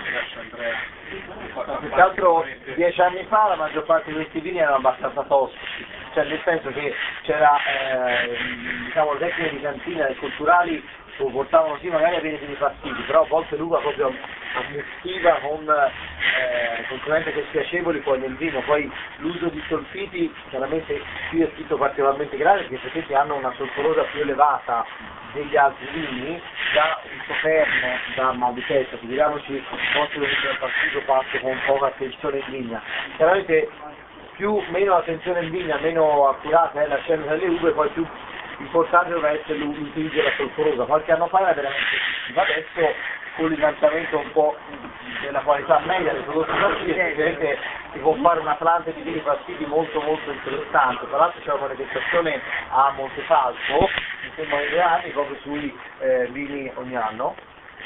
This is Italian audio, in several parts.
Più che altro 10 anni fa la maggior parte di questi vini erano abbastanza tossici, cioè nel senso che c'era diciamo, tecniche di cantina e culturali portavano sì magari a avere dei fastidi, però a volte l'uva proprio ammestiva con componenti che spiacevoli poi nel vino, poi l'uso di solfiti chiaramente qui è scritto particolarmente grave perché i solfiti hanno una solforosa più elevata degli altri vini, da un soffermo, da mal di testa, figuriamoci molto del partito fatto con poca attenzione in vigna. Chiaramente meno attenzione in vigna, meno accurata è la scelta delle uve, poi più importante dovrà essere l'utilizzo della solforosa. Qualche anno fa era veramente effettiva, adesso con l'innalzamento un po' della qualità media dei prodotti pastieri si può fare un Atlante di vini pastieri molto molto interessante. Tra l'altro c'è una manifestazione a Montefalco, mi sembra in 2 anni, proprio sui vini ogni anno,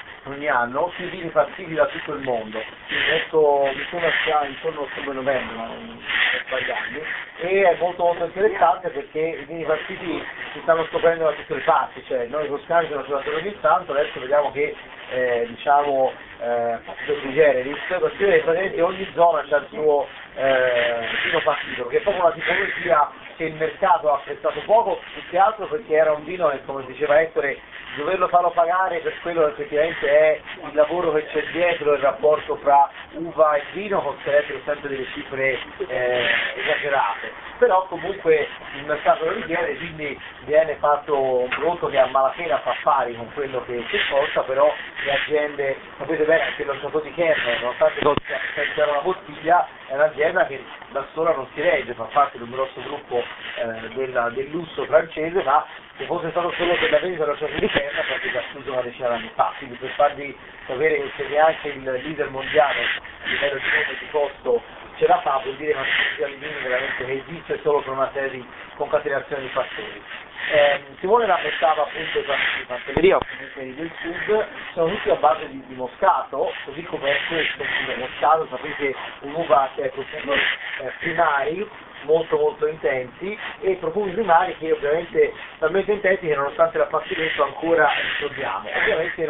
sui vini pastieri da tutto il mondo. Adesso mi sembra sia intorno a ottobre-novembre, ma non sto sbagliando, e è molto molto interessante perché i vini pastieri si stanno scoprendo da tutte le parti, cioè noi toscani siamo arrivati ogni tanto, adesso vediamo che diciamo di generis, praticamente ogni zona c'ha il suo vino partito, che è proprio una tipologia che il mercato ha apprezzato poco, più che altro perché era un vino che, come diceva Ettore, doverlo farlo pagare per quello che effettivamente è il lavoro che c'è dietro, il rapporto fra uva e vino, costerebbero sempre delle cifre esagerate. Però comunque il mercato lo richiede, quindi viene fatto un prodotto che a malapena fa affari con quello che costa, però le aziende, sapete bene, anche lo Chateau di Kerner, nonostante c'era una bottiglia, è un'azienda che da sola non si regge, fa parte di un grosso gruppo del lusso francese, ma se fosse stato solo per la vendita dello Chateau di Kerner sarebbe già chiuso una decina d'anni fa, quindi per farvi sapere che se neanche il leader mondiale a livello di nome e di costo ce la fa, vuol dire che una di vini veramente che esiste solo per una serie di concatenazioni di fattori. Simone rammentava appunto i pastelleria o comunque del sud, sono tutti a base di moscato, così come questo moscato, sapete, un'uva che è profumi primari, molto molto intensi, e profumi primari che ovviamente talmente intensi che nonostante l'appassimento ancora ricordiamo. Ovviamente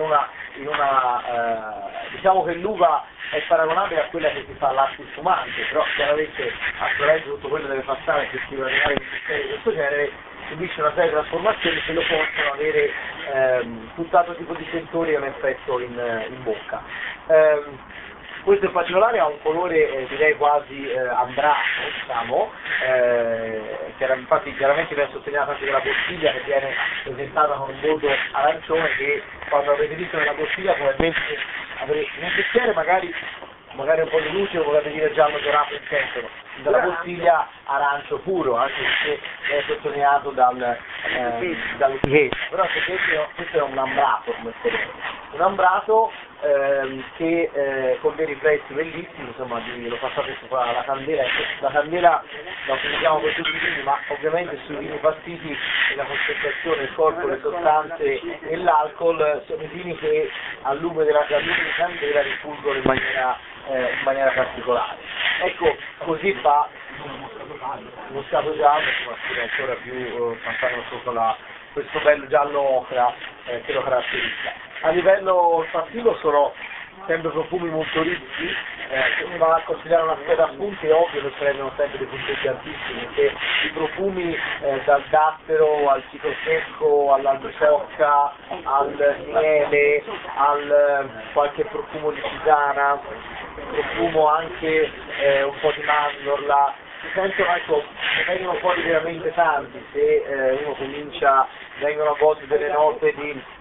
diciamo che l'uva è paragonabile a quella che si fa all'acqua sfumante, però chiaramente assolutamente tutto quello deve passare per arrivare in un sistema di questo genere, subisce una serie di trasformazioni che lo possono avere tutt'altro tipo di sentori e un effetto in bocca. Questo in particolare ha un colore direi quasi ambrato, diciamo, infatti chiaramente viene sottolineato anche dalla bottiglia che viene presentata con un bordo arancione che quando avete visto nella bottiglia probabilmente avrete nel bicchiere magari un po' di luce o volete dire giallo dorato intenso, dalla bottiglia arancio puro, anche se è sottolineato dall'etichetta, però questo è un ambrato come colore, un ambrato che con dei riflessi bellissimi, insomma lo passate sopra la candela la utilizziamo per tutti i vini, ma ovviamente sui vini partiti la concentrazione, il corpo, le sostanze e l'alcol sono i vini che al lume di candela rifulgono in maniera particolare. Ecco, così fa il moscato giallo, insomma, ancora più fantastico questo bello giallo ocra che lo caratterizza. A livello olfattivo sono sempre profumi molto ricchi, se uno va a considerare una scheda a punti è ovvio che prendono sempre dei punteggi altissimi, perché i profumi dal dattero al citrosecco, all'albicocca, al miele, al qualche profumo di tisana, profumo anche un po' di mandorla, si sentono, ecco, ne vengono fuori veramente tanti, se uno vengono a volte delle note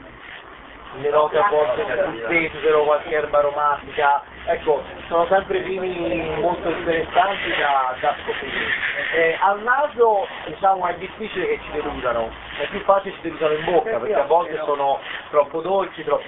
a volte di pesaro, qualche erba aromatica, ecco, sono sempre vini molto interessanti da scoprire. Al naso diciamo è difficile che ci deludano, è più facile che ci deludano in bocca, perché a volte sono troppo dolci, troppo